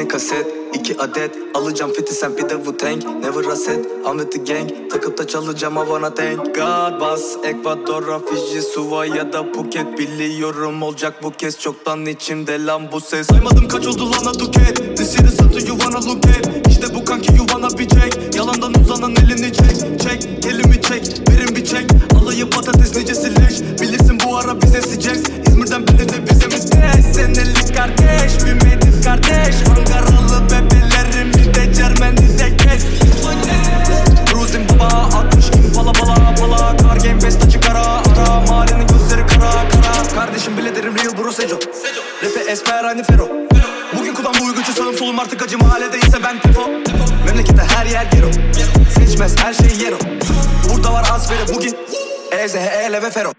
Yeni kaset 2 adet alacağım fiti sen bir de Wu-Tang. Never a set I'm with the gang. Takıp da çalacağım I wanna thank God. Bas Ekvador'a Fiji Suva ya da Phuket. Biliyorum olacak bu kez çoktan içimde lan bu ses. Saymadım kaç oldu lan Aduket. This is the you wanna look at. İşte bu kanki you wanna be check. Yalandan uzanan elini çek. Çek elimi çek verin bir çek. Alayı patates nicesi leş. Bilirsin bu ara biz eseceğiz. İzmir'den bilinir bizimiz beş senelik kardeş. Büyümedik kardeş. Ankaralı bebelerim bir de Cermen'i de kes. Cruising baba 60 impala bala bala. Kar game best açık ara ara. Mahallenin gözleri kara kara. Kardeşim bile derim real bro Seco. Rap'e esmer aynı Fero. Bugün kulağım bu uygucu sağım solum artık acı mahalledeyse ben tefo. Memlekette her yer gero. Seçmez her şey yero. Burada var asferi bugün EZHL ve Fero.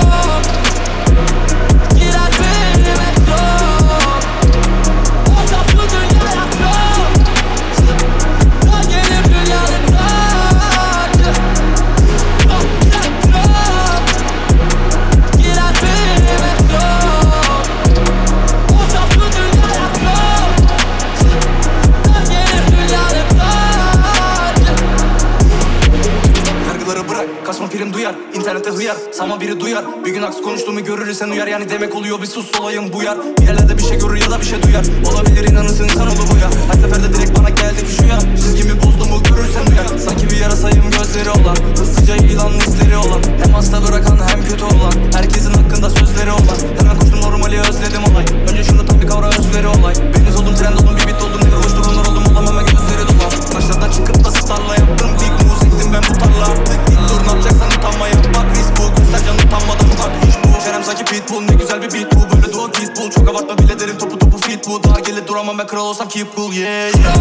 Kasma prim duyar, internette hıyar. Sama biri duyar, bir gün aks konuştuğumu görür sen uyar. Yani demek oluyor bir sus olayım buyar. Bir yerlerde bir şey görür ya da bir şey duyar. Olabilir inanırsın insan olur bu ya. Her seferde direkt bana geldi ki şu ya. Çizgimi bozduğumu görürsen duyar. Sanki bir yarasayım gözleri olan. Hızlıca ilan listleri olan. Hem hasta bırakan hem kötü olan. Herkesin hakkında sözleri olan. Hemen koştum normali özledim olay. Önce şunu tabi kavra özleri olay. Beniz oldum trend oldum bir bit oldum. Ne hoş durumlar oldum olamam ve gözleri dolan. Taşlardan çıkıp da starla yaptım. Big moves ettim ben bu tarla. Dur ne yapacaksan utanma yap bak risk bu. Göster canı utanmadan bak hiç bu. Kerem sanki pitbull ne güzel bir beat bu. Böyle doğu pitbull çok abartma bile derim topu topu fit bu. Daha gelir duramam ben kral olsam keep cool yeah yeah.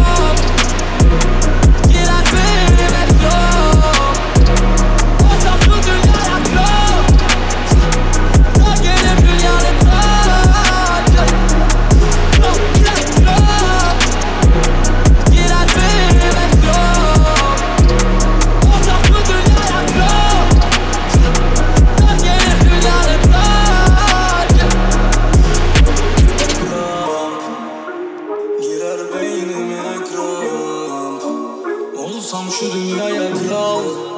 Olsam şu dünyaya kral.